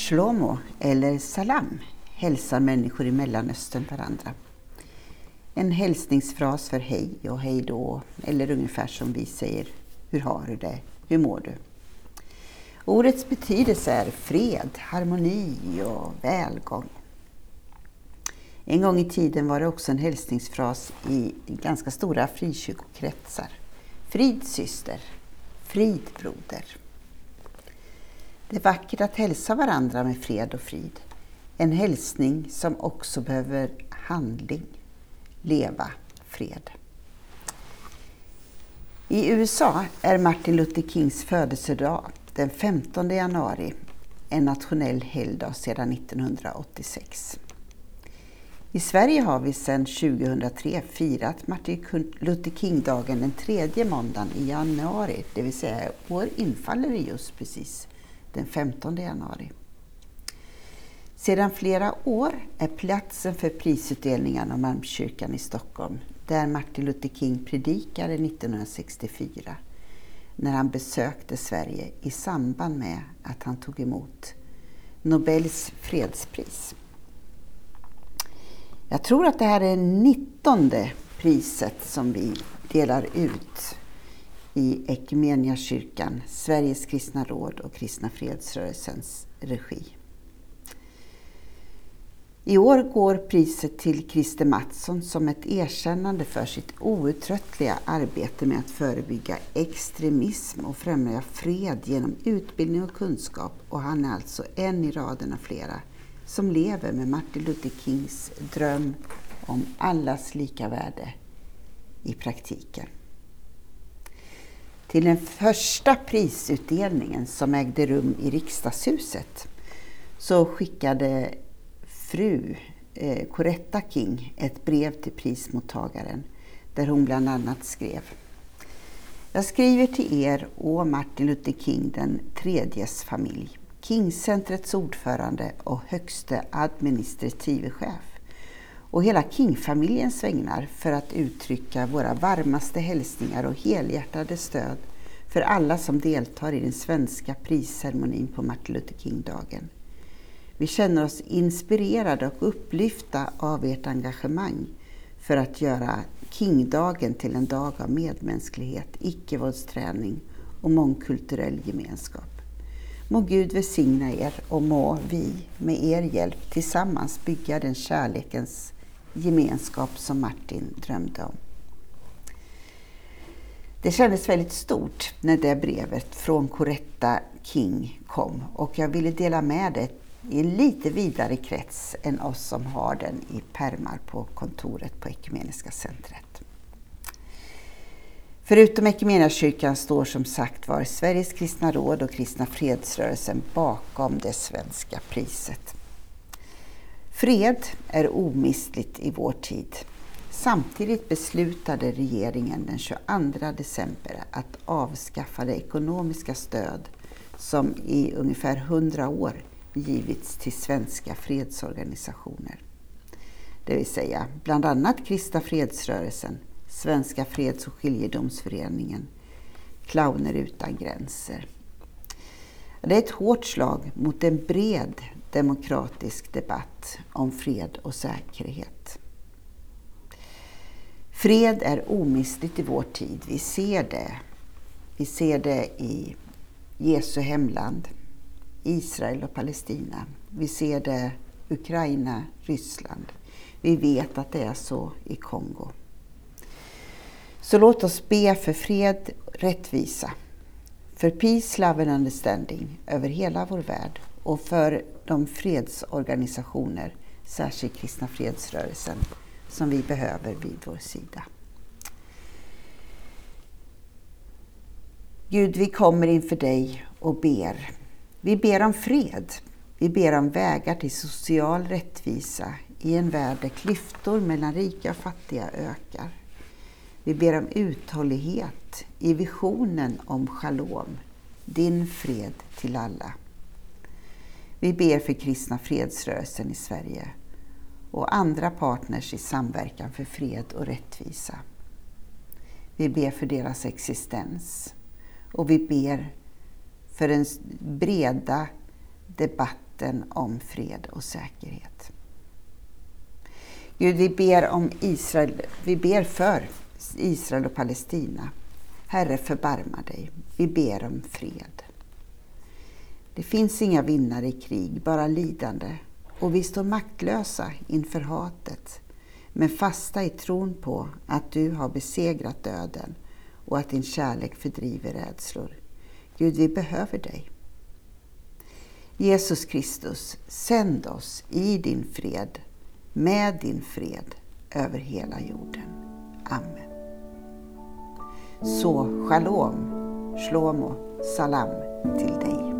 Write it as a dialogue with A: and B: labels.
A: Shlomo eller salam hälsar människor i Mellanöstern varandra. En hälsningsfras för hej och hej då, eller ungefär som vi säger, hur har du det, hur mår du? Ordets betydelse är fred, harmoni och välgång. En gång i tiden var det också en hälsningsfras i ganska stora frikyrkokretsar. Frid syster, frid broder. Det är vackert att hälsa varandra med fred och frid. En hälsning som också behöver handling. Leva fred. I USA är Martin Luther Kings födelsedag den 15 januari en nationell helgdag sedan 1986. I Sverige har vi sedan 2003 firat Martin Luther King-dagen den 3:e måndagen i januari, det vill säga år infaller just precis den 15 januari. Sedan flera år är platsen för prisutdelningen av Malmkyrkan i Stockholm, där Martin Luther King predikade 1964, när han besökte Sverige i samband med att han tog emot Nobels fredspris. Jag tror att det här är 19:e priset som vi delar ut i Equmeniakyrkan, Sveriges kristna råd och Kristna fredsrörelsens regi. I år går priset till Christer Mattsson som ett erkännande för sitt outtröttliga arbete med att förebygga extremism och främja fred genom utbildning och kunskap, och han är alltså en i raden av flera som lever med Martin Luther Kings dröm om allas lika värde i praktiken. Till den första prisutdelningen som ägde rum i riksdagshuset så skickade fru Coretta King ett brev till prismottagaren där hon bland annat skrev: Jag skriver till er och Martin Luther King den tredjes familj, Kingcentrets ordförande och högste administrative chef och hela King-familjens vägnar för att uttrycka våra varmaste hälsningar och helhjärtade stöd för alla som deltar i den svenska prisceremonin på Martin Luther King-dagen. Vi känner oss inspirerade och upplyfta av ert engagemang för att göra King-dagen till en dag av medmänsklighet, icke-våldsträning och mångkulturell gemenskap. Må Gud välsigna er och må vi med er hjälp tillsammans bygga den kärlekens gemenskap som Martin drömde om. Det kändes väldigt stort när det brevet från Coretta King kom, och jag ville dela med det i en lite vidare krets än oss som har den i pärmar på kontoret på Ekumeniska centret. Förutom Equmeniakyrkan står som sagt var Sveriges kristna råd och Kristna fredsrörelsen bakom det svenska priset. Fred är omistligt i vår tid. Samtidigt beslutade regeringen den 22 december att avskaffa det ekonomiska stöd som i ungefär 100 år givits till svenska fredsorganisationer. Det vill säga bland annat Kristna fredsrörelsen, Svenska freds- och skiljedomsföreningen, Clowner utan gränser. Det är ett hårt slag mot en bred demokratisk debatt om fred och säkerhet. Fred är omistligt i vår tid. Vi ser det i Jesu hemland, Israel och Palestina. Vi ser det Ukraina, Ryssland. Vi vet att det är så i Kongo. Så låt oss be för fred, rättvisa, för peace, love and understanding över hela vår värld och för de fredsorganisationer, särskilt Kristna fredsrörelsen, som vi behöver vid vår sida. Gud, vi kommer inför dig och ber. Vi ber om fred. Vi ber om vägar till social rättvisa i en värld där klyftor mellan rika och fattiga ökar. Vi ber om uthållighet i visionen om shalom, din fred till alla. Vi ber för Kristna fredsrörelsen i Sverige och andra partners i samverkan för fred och rättvisa. Vi ber för deras existens och vi ber för den breda debatten löften om fred och säkerhet. Gud, vi ber för Israel och Palestina. Herre, förbarma dig. Vi ber om fred. Det finns inga vinnare i krig, bara lidande. Och vi står maktlösa inför hatet, men fasta i tron på att du har besegrat döden och att din kärlek fördriver rädslor. Gud, vi behöver dig. Jesus Kristus, sänd oss i din fred, med din fred över hela jorden. Amen. Så shalom, shlomo, salam till dig.